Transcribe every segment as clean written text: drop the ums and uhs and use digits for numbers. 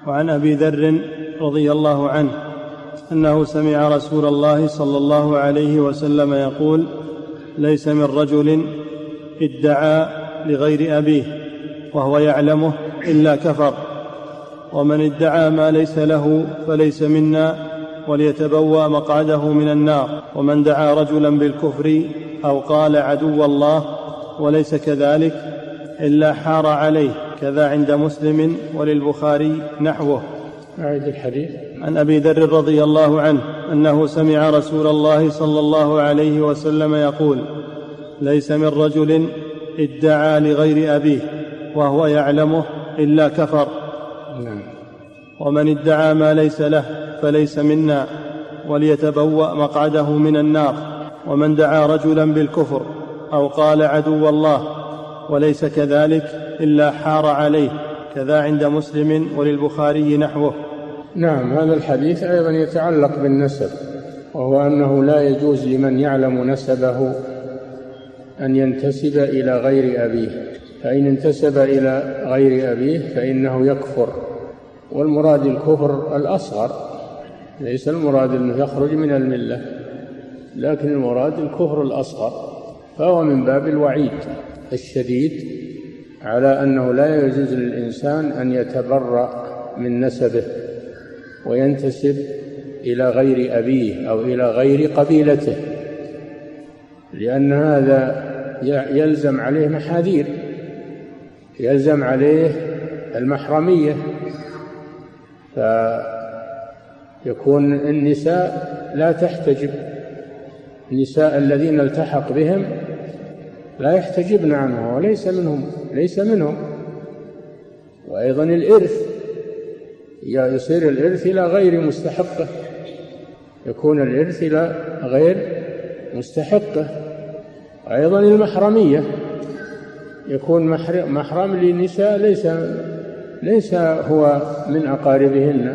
وعن أبي ذر رضي الله عنه أنه سمع رسول الله صلى الله عليه وسلم يقول: ليس من رجل ادعى لغير أبيه وهو يعلمه إلا كفر، ومن ادعى ما ليس له فليس منا وليتبوأ مقعده من النار، ومن دعا رجلا بالكفر أو قال عدو الله وليس كذلك إلا حار عليه، كذا عند مسلم وللبخاري نحوه. أعيد الحديث. عن أبي ذر رضي الله عنه أنه سمع رسول الله صلى الله عليه وسلم يقول: ليس من رجل ادعى لغير أبيه وهو يعلمه إلا كفر، ومن ادعى ما ليس له فليس منا وليتبوأ مقعده من النار، ومن دعا رجلا بالكفر أو قال عدو الله وليس كذلك إلا حار عليه، كذا عند مسلم وللبخاري نحوه. نعم، هذا الحديث أيضا يتعلق بالنسب، وهو أنه لا يجوز لمن يعلم نسبه أن ينتسب إلى غير أبيه، فإن انتسب إلى غير أبيه فإنه يكفر، والمراد الكفر الأصغر، ليس المراد أنه يخرج من الملة، لكن المراد الكفر الأصغر، فهو من باب الوعيد الشديد على أنه لا يجوز للإنسان أن يتبرأ من نسبه وينتسب إلى غير أبيه أو إلى غير قبيلته، لأن هذا يلزم عليه محاذير، يلزم عليه المحرمية، فيكون النساء لا تحتجب، النساء الذين التحق بهم لا يحتجبن عنه وليس منهم. وأيضا الإرث يصير الإرث إلى غير مستحقه، يكون الإرث إلى غير مستحقه. أيضا المحرمية يكون محرم للنساء ليس هو من أقاربهن،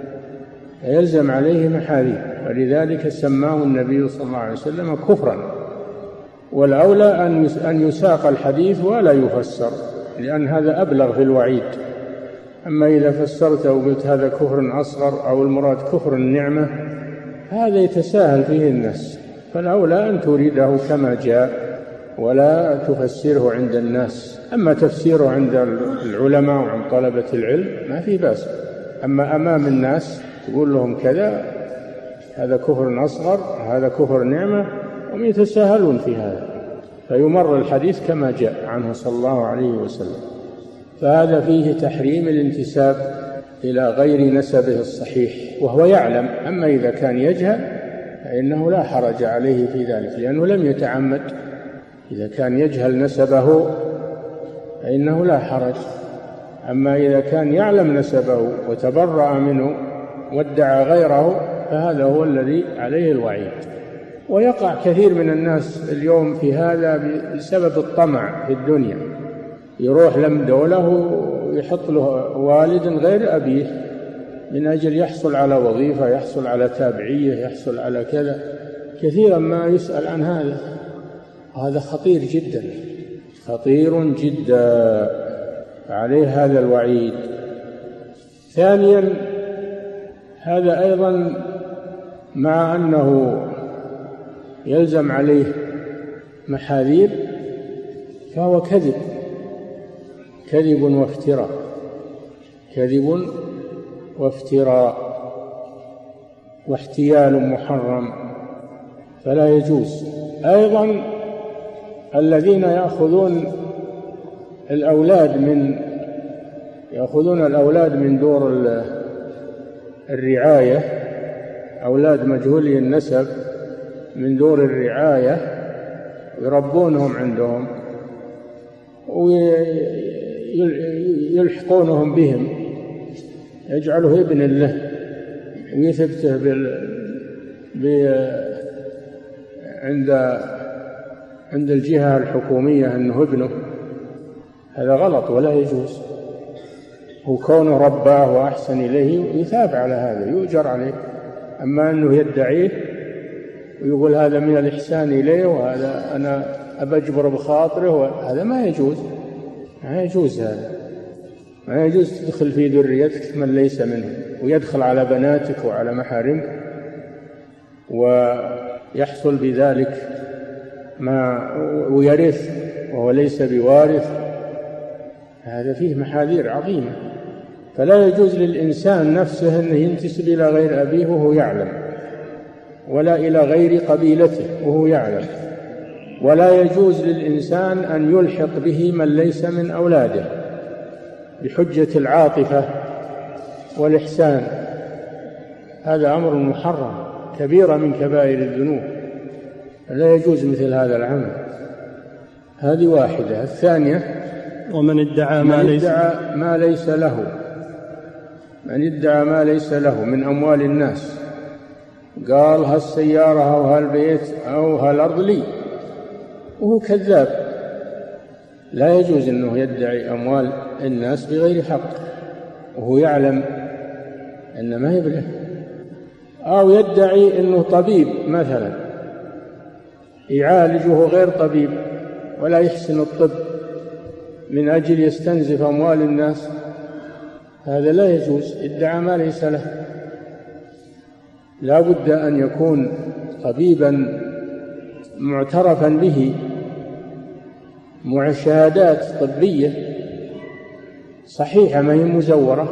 يلزم عليه محاذير، ولذلك سماه النبي صلى الله عليه وسلم كفرا. والأولى أن يساق الحديث ولا يفسر، لأن هذا أبلغ في الوعيد. أما إذا فسرته وقلت هذا كفر أصغر أو المراد كفر النعمة، هذا يتساهل فيه الناس، فالأولى أن تريده كما جاء ولا تفسره عند الناس. أما تفسيره عند العلماء وعند طلبة العلم ما في بأس، أما أمام الناس تقول لهم كذا، هذا كفر أصغر، هذا كفر نعمة، هم يتساهلون في هذا، فيمر الحديث كما جاء عنه صلى الله عليه وسلم. فهذا فيه تحريم الانتساب إلى غير نسبه الصحيح وهو يعلم. أما إذا كان يجهل فإنه لا حرج عليه في ذلك، لأنه لم يتعمد. إذا كان يجهل نسبه فإنه لا حرج. أما إذا كان يعلم نسبه وتبرأ منه وادعى غيره فهذا هو الذي عليه الوعيد. ويقع كثير من الناس اليوم في هذا بسبب الطمع في الدنيا، يروح لم دولة ويحط له والد غير أبيه من أجل يحصل على وظيفة، يحصل على تابعية، يحصل على كذا. كثيرا ما يسأل عن هذا، هذا خطير جدا، خطير جدا، عليه هذا الوعيد. ثانيا، هذا أيضا مع أنه يلزم عليه محاذير فهو كذب وافتراء، كذب وافتراء واحتيال محرم، فلا يجوز. أيضا الذين يأخذون الأولاد من دور الرعاية، أولاد مجهولي النسب من دور الرعاية، يربونهم عندهم ويلحقونهم بهم، يجعله ابن له ويثبته عند الجهة الحكومية أنه ابنه. هذا غلط ولا يجوز، وكونه رباه وأحسن إليه يثاب على هذا، يؤجر عليه. أما أنه يدعيه ويقول هذا من الإحسان إليه وهذا أنا أبجبر بخاطره، هذا ما يجوز، ما يجوز، هذا ما يجوز تدخل في ذريتك من ليس منهم، ويدخل على بناتك وعلى محارمك ويحصل بذلك ما ويرث وهو ليس بوارث. هذا فيه محاذير عظيمة. فلا يجوز للإنسان نفسه أنه ينتسب إلى غير أبيه وهو يعلم، ولا إلى غير قبيلته وهو يعلم، ولا يجوز للإنسان أن يلحق به من ليس من أولاده بحجة العاطفة والإحسان. هذا أمر محرم، كبيرة من كبائر الذنوب، لا يجوز مثل هذا العمل. هذه واحدة. الثانية: ومن ادعى ما ليس له، من ادعى ما ليس له من أموال الناس، قال هالسيارة أو هالبيت أو هالأرض لي، وهو كذاب. لا يجوز أنه يدعي أموال الناس بغير حق وهو يعلم أن ما يبلغ. أو يدعي أنه طبيب مثلا يعالجه غير طبيب ولا يحسن الطب من أجل يستنزف أموال الناس، هذا لا يجوز. ادعى ما ليس له. لا بد أن يكون طبيبا معترفا به، مع شهادات طبية صحيحة ما هي مزورة،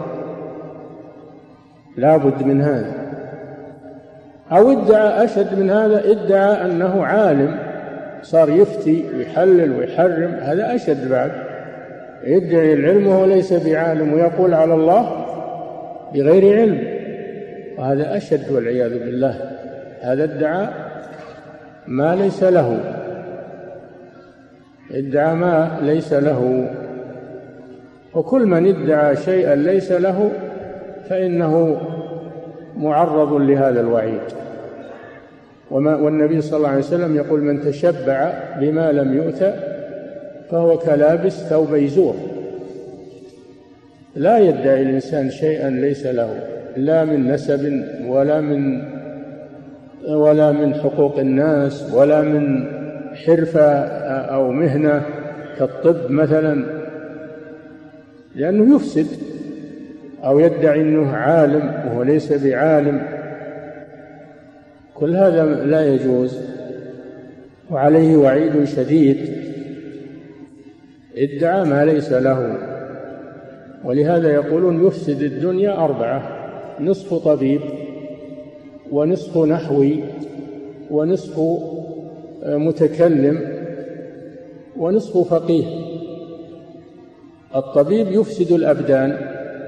لا بد من هذا. أو ادعى أشد من هذا، ادعى أنه عالم، صار يفتي ويحلل ويحرم، هذا أشد بعد. يدعي العلم وهو ليس بعالم ويقول على الله بغير علم، وهذا أشد والعياذ بالله. هذا ادعى ما ليس له، ادعى ما ليس له. وكل من ادعى شيئا ليس له فإنه معرض لهذا الوعيد. والنبي صلى الله عليه وسلم يقول: من تشبع بما لم يؤت فهو كلابس ثوب يزور. لا يدعي الإنسان شيئا ليس له، لا من نسب ولا من حقوق الناس ولا من حرفة أو مهنة كالطب مثلا، لأنه يفسد. أو يدعي أنه عالم وهو ليس بعالم، كل هذا لا يجوز وعليه وعيد شديد. ادعى ما ليس له. ولهذا يقولون يفسد الدنيا 4: نصف طبيب، ونصف نحوي، ونصف متكلم، ونصف فقيه. الطبيب يفسد الأبدان،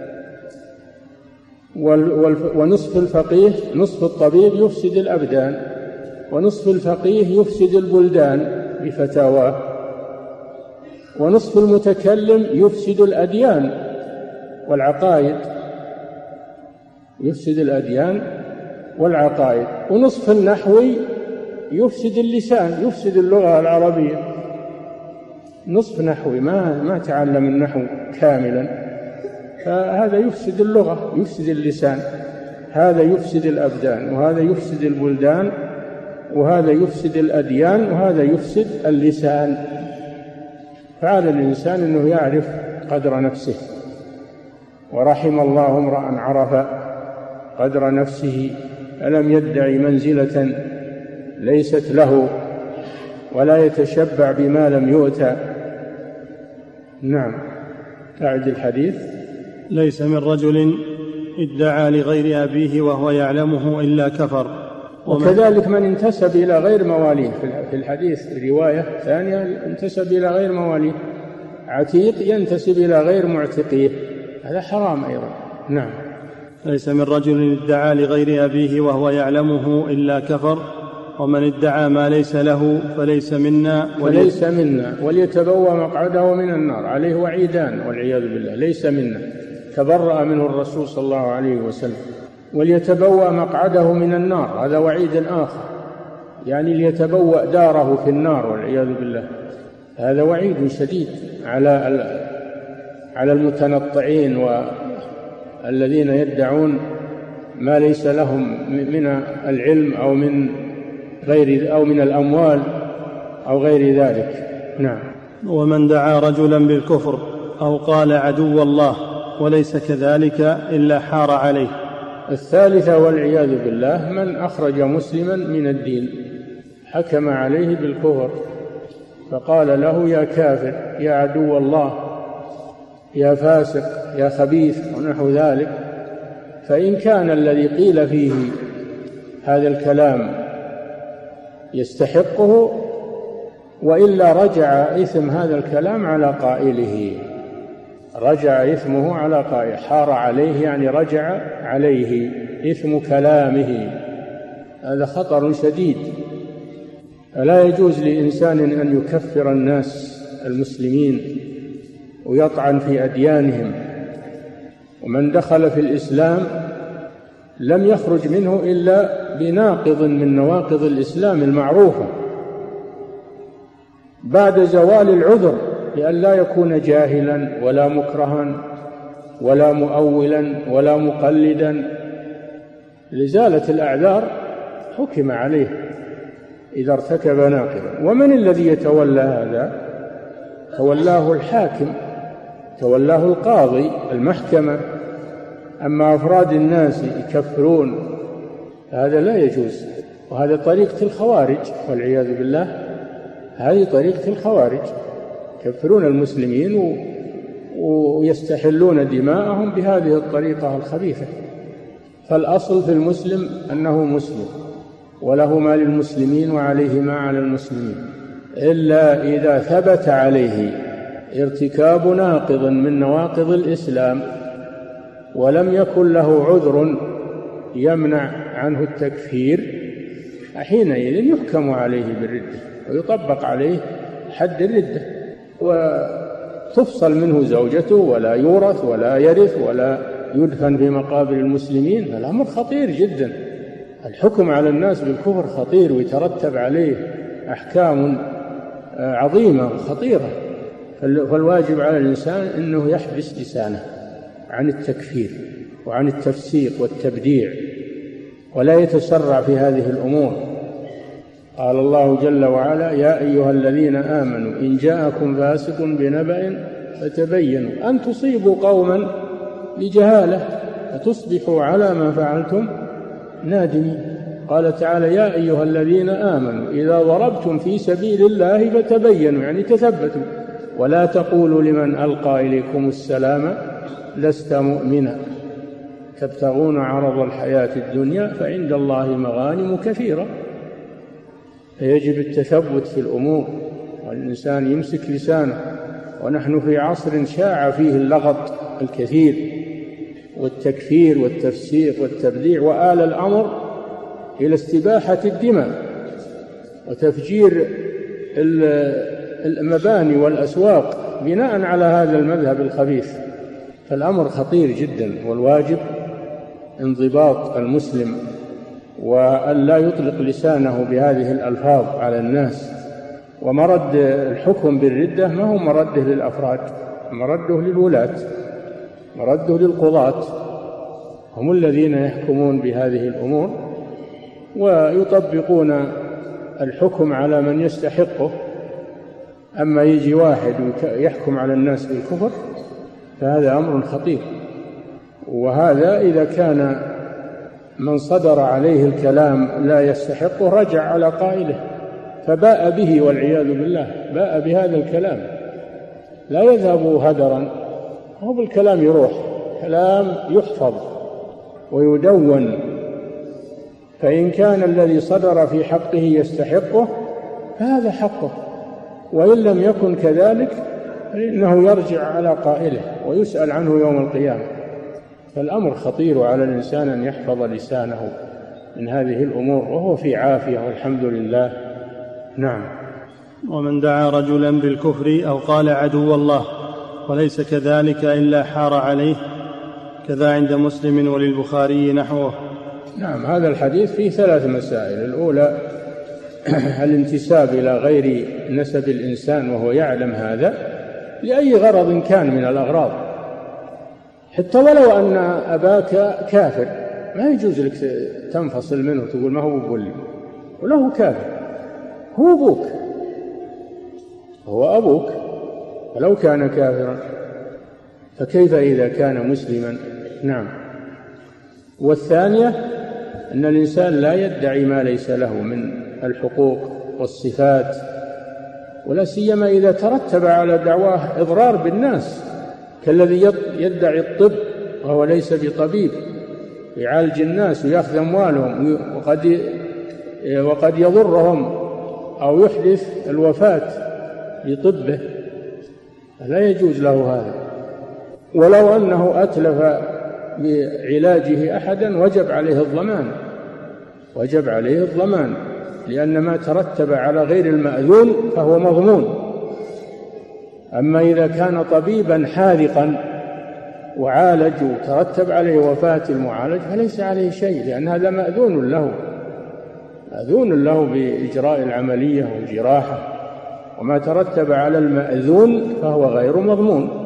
ونصف الفقيه، نصف الطبيب يفسد الأبدان، ونصف الفقيه يفسد البلدان بفتاواه، ونصف المتكلم يفسد الأديان والعقائد، يفسد الأديان والعقائد، ونصف النحوي يفسد اللسان، يفسد اللغة العربية. نصف نحوي ما تعلم النحو كاملا، فهذا يفسد اللغة، يفسد اللسان. هذا يفسد الأبدان، وهذا يفسد البلدان، وهذا يفسد الأديان، وهذا يفسد اللسان. فعلى الإنسان أنه يعرف قدر نفسه. ورحم الله امرأ عرف قدر نفسه فلم يدعي منزلة ليست له، ولا يتشبع بما لم يؤت. نعم. أعد الحديث. ليس من رجل ادعى لغير أبيه وهو يعلمه إلا كفر. وكذلك من انتسب إلى غير مواليه، في الحديث رواية ثانية انتسب إلى غير مواليه، عتيق ينتسب إلى غير معتقيه، هذا حرام أيضا. نعم. ليس من رجل ادعى لغير أبيه وهو يعلمه إلا كفر. ومن ادعى ما ليس له فليس منا وليتبوأ مقعده من النار. عليه وعيدان والعياذ بالله. ليس منا تبرأ منه الرسول صلى الله عليه وسلم. وليتبوأ مقعده من النار، هذا وعيد آخر، يعني ليتبوأ داره في النار والعياذ بالله. هذا وعيد شديد على المتنطعين والذين يدعون ما ليس لهم من العلم أو من الأموال أو غير ذلك. نعم. ومن دعا رجلا بالكفر أو قال عدو الله وليس كذلك إلا حار عليه. الثالثة والعياذ بالله من أخرج مسلما من الدين، حكم عليه بالكفر فقال له يا كافر، يا عدو الله، يا فاسق، يا خبيث ونحو ذلك، فإن كان الذي قيل فيه هذا الكلام يستحقه وإلا رجع إثم هذا الكلام على قائله، رجع إثمه على قائله، حار عليه يعني رجع عليه إثم كلامه. هذا خطر شديد. فلا يجوز لإنسان أن يكفر الناس المسلمين ويطعن في أديانهم، ومن دخل في الإسلام لم يخرج منه إلا بناقض من نواقض الإسلام المعروفة بعد زوال العذر، لأن لا يكون جاهلا ولا مكرها ولا مؤولا ولا مقلدا. لزالة الأعذار حكم عليه إذا ارتكب ناقضا. ومن الذي يتولى هذا؟ تولاه الحاكم، تولاه القاضي، المحكمة. أما أفراد الناس يكفرون هذا لا يجوز، وهذا طريقة الخوارج والعياذ بالله. هذه طريقة الخوارج، يكفرون المسلمين ويستحلون دماءهم بهذه الطريقة الخبيثة. فالأصل في المسلم أنه مسلم وله ما للمسلمين وعليه ما على المسلمين، إلا إذا ثبت عليه ارتكاب ناقض من نواقض الإسلام ولم يكن له عذر يمنع عنه التكفير، حينئذ يحكم عليه بالردة ويطبق عليه حد الردة، وتفصل منه زوجته ولا يورث ولا يرث ولا يدفن في مقابر المسلمين. الأمر خطير جدا. الحكم على الناس بالكفر خطير ويترتب عليه أحكام عظيمة خطيرة. فالواجب على الإنسان أنه يحبس لسانه عن التكفير وعن التفسيق والتبديع ولا يتسرع في هذه الأمور. قال الله جل وعلا يا أيها الذين آمنوا إن جاءكم فاسق بنبأ فتبينوا أن تصيبوا قوما بجهالة فتصبحوا على ما فعلتم نادمين. قال تعالى يا أيها الذين آمنوا إذا ضربتم في سبيل الله فتبينوا يعني تثبتوا ولا تقولوا لمن ألقى إليكم السلام لست مؤمنا تبتغون عرض الحياة الدنيا فعند الله مغانم كثيرة. فيجب التثبت في الأمور والإنسان يمسك لسانه. ونحن في عصر شاع فيه اللغط الكثير والتكفير والتفسيق والتبديع، وآل الأمر إلى استباحة الدماء وتفجير المباني والأسواق بناء على هذا المذهب الخبيث. فالأمر خطير جدا، والواجب انضباط المسلم وأن لا يطلق لسانه بهذه الألفاظ على الناس. ومرد الحكم بالردة ما هو مرده للأفراد، مرده للولاة، مرده للقضاة، هم الذين يحكمون بهذه الأمور ويطبقون الحكم على من يستحقه. أما يجي واحد يحكم على الناس بالكفر فهذا أمر خطير. وهذا إذا كان من صدر عليه الكلام لا يستحقه رجع على قائله فباء به والعياذ بالله، باء بهذا الكلام لا يذهب هدرا، هو بالكلام يروح، كلام يحفظ ويدون. فإن كان الذي صدر في حقه يستحقه فهذا حقه، وإن لم يكن كذلك فإنه يرجع على قائله ويسأل عنه يوم القيامة. فالأمر خطير على الإنسان أن يحفظ لسانه من هذه الأمور وهو في عافية والحمد لله. نعم. ومن دعا رجلا بالكفر أو قال عدو الله وليس كذلك إلا حار عليه، كذا عند مسلم وللبخاري نحوه. نعم. هذا الحديث فيه 3 مسائل. الأولى الانتساب إلى غير نسب الإنسان وهو يعلم هذا لأي غرض كان من الأغراض، حتى ولو أن أباك كافر ما يجوز لك تنفصل منه تقول ما هو بقول لي، وله كافر، هو أبوك، هو أبوك ولو كان كافرا. فكيف إذا كان مسلما؟ نعم. والثانية أن الإنسان لا يدعي ما ليس له من الحقوق والصفات، ولا سيما إذا ترتب على دعواه إضرار بالناس، كالذي يدعي الطب وهو ليس بطبيب، يعالج الناس ويأخذ أموالهم وقد يضرهم أو يحدث الوفاة بطبه، لا يجوز له هذا. ولو أنه أتلف بعلاجه أحدا وجب عليه الضمان، لأن ما ترتب على غير المأذون فهو مضمون. أما إذا كان طبيبا حاذقا وعالج وترتب عليه وفاة المعالج فليس عليه شيء، لأن هذا مأذون له بإجراء العملية والجراحة، وما ترتب على المأذون فهو غير مضمون.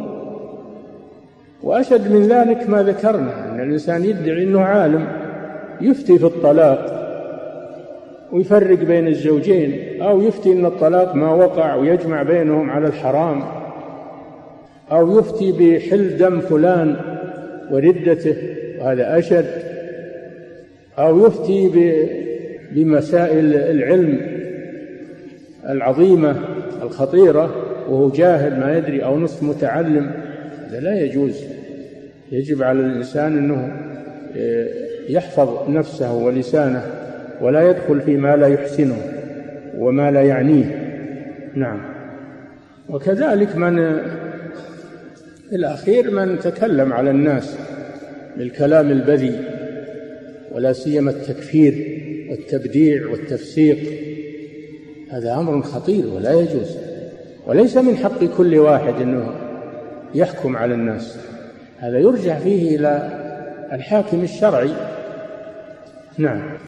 وأشد من ذلك ما ذكرنا، أن الإنسان يدعي أنه عالم، يفتي في الطلاق ويفرق بين الزوجين، أو يفتي أن الطلاق ما وقع ويجمع بينهم على الحرام، أو يفتي بحل دم فلان وردته وهذا أشد، أو يفتي بمسائل العلم العظيمة الخطيرة وهو جاهل ما يدري أو نصف متعلم، هذا لا يجوز. يجب على الإنسان أنه يحفظ نفسه ولسانه ولا يدخل فيما لا يحسنه وما لا يعنيه. نعم. وكذلك الأخير من تكلم على الناس بالكلام البذيء، ولا سيما التكفير والتبديع والتفسيق، هذا أمر خطير ولا يجوز، وليس من حق كل واحد أنه يحكم على الناس، هذا يرجع فيه إلى الحاكم الشرعي. نعم.